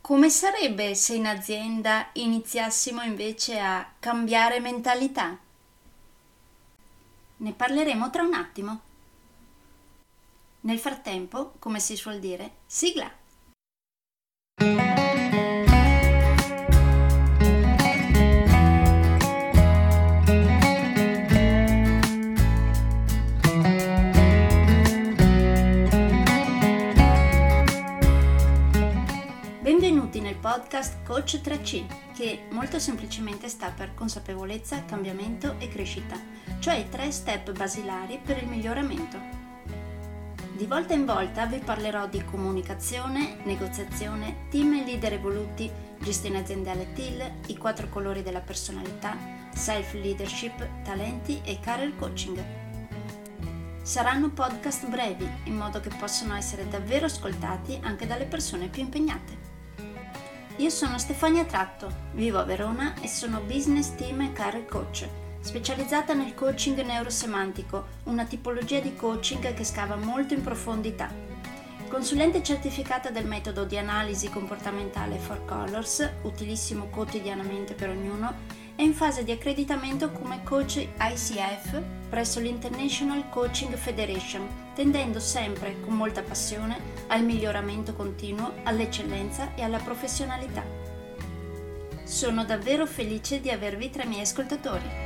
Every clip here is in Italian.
Come sarebbe se in azienda iniziassimo invece a cambiare mentalità? Ne parleremo tra un attimo. Nel frattempo, come si suol dire, sigla! Benvenuti nel podcast Coach 3C, che molto semplicemente sta per consapevolezza, cambiamento e crescita, cioè i 3 step basilari per il miglioramento. Di volta in volta vi parlerò di comunicazione, negoziazione, team e leader evoluti, gestione aziendale TIL, i 4 colori della personalità, self-leadership, talenti e career coaching. Saranno podcast brevi, in modo che possano essere davvero ascoltati anche dalle persone più impegnate. Io sono Stefania Tratto, vivo a Verona e sono business team e career coach, specializzata nel coaching neurosemantico, una tipologia di coaching che scava molto in profondità. Consulente certificata del metodo di analisi comportamentale 4Colors, utilissimo quotidianamente per ognuno, è in fase di accreditamento come coach ICF presso l'International Coaching Federation, tendendo sempre con molta passione al miglioramento continuo, all'eccellenza e alla professionalità. Sono davvero felice di avervi tra i miei ascoltatori.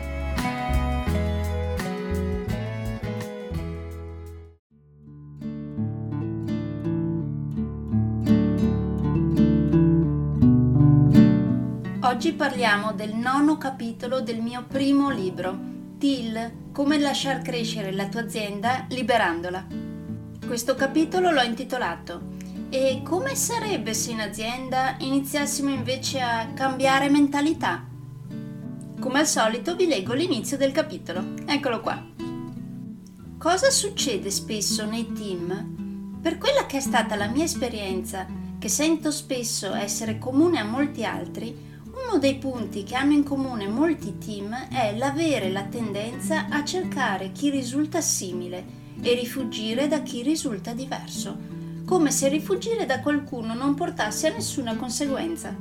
Oggi parliamo del 9° capitolo del mio primo libro, TIL, come lasciar crescere la tua azienda liberandola. Questo capitolo l'ho intitolato "E come sarebbe se in azienda iniziassimo invece a cambiare mentalità?". Come al solito vi leggo l'inizio del capitolo, eccolo qua. Cosa succede spesso nei team? Per quella che è stata la mia esperienza, che sento spesso essere comune a molti altri, uno dei punti che hanno in comune molti team è l'avere la tendenza a cercare chi risulta simile e rifuggire da chi risulta diverso, come se rifuggire da qualcuno non portasse a nessuna conseguenza.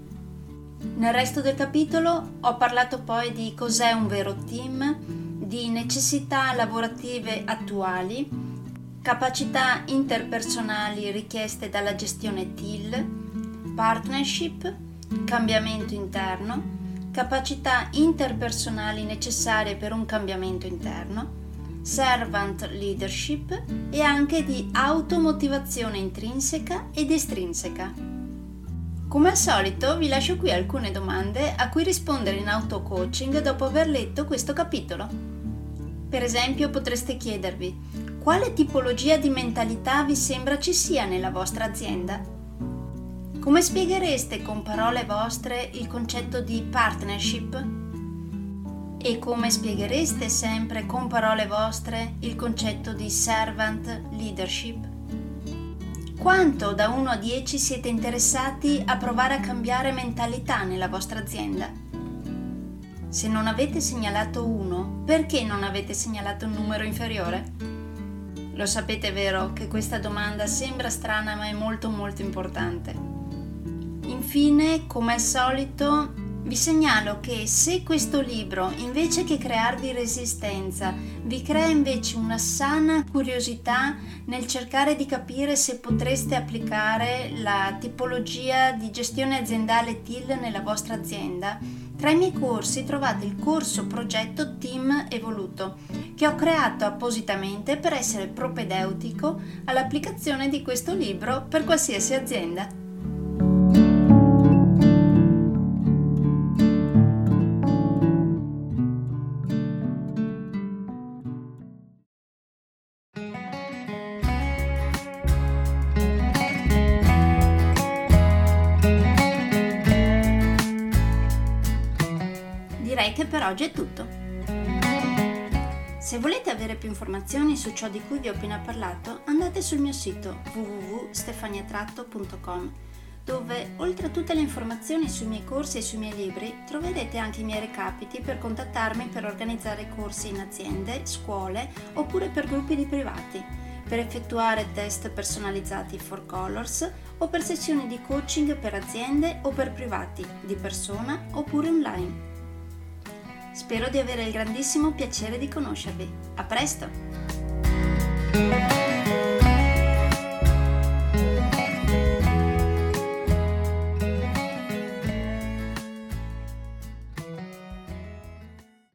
Nel resto del capitolo ho parlato poi di cos'è un vero team, di necessità lavorative attuali, capacità interpersonali richieste dalla gestione TIL, partnership, cambiamento interno, capacità interpersonali necessarie per un cambiamento interno, servant leadership e anche di automotivazione intrinseca ed estrinseca. Come al solito vi lascio qui alcune domande a cui rispondere in auto-coaching dopo aver letto questo capitolo. Per esempio potreste chiedervi: quale tipologia di mentalità vi sembra ci sia nella vostra azienda? Come spieghereste con parole vostre il concetto di partnership? E come spieghereste sempre con parole vostre il concetto di servant leadership? Quanto da 1 a 10 siete interessati a provare a cambiare mentalità nella vostra azienda? Se non avete segnalato 1, perché non avete segnalato un numero inferiore? Lo sapete, vero, che questa domanda sembra strana ma è molto importante. Infine, come al solito, vi segnalo che se questo libro, invece che crearvi resistenza, vi crea invece una sana curiosità nel cercare di capire se potreste applicare la tipologia di gestione aziendale TIL nella vostra azienda, tra i miei corsi trovate il corso progetto Team Evoluto, che ho creato appositamente per essere propedeutico all'applicazione di questo libro per qualsiasi azienda. Direi che per oggi è tutto. Se volete avere più informazioni su ciò di cui vi ho appena parlato, andate sul mio sito www.stefaniatratto.com, dove oltre a tutte le informazioni sui miei corsi e sui miei libri troverete anche i miei recapiti per contattarmi per organizzare corsi in aziende, scuole oppure per gruppi di privati. per effettuare test personalizzati for Colors o per sessioni di coaching per aziende o per privati, di persona oppure online. Spero di avere il grandissimo piacere di conoscervi. A presto!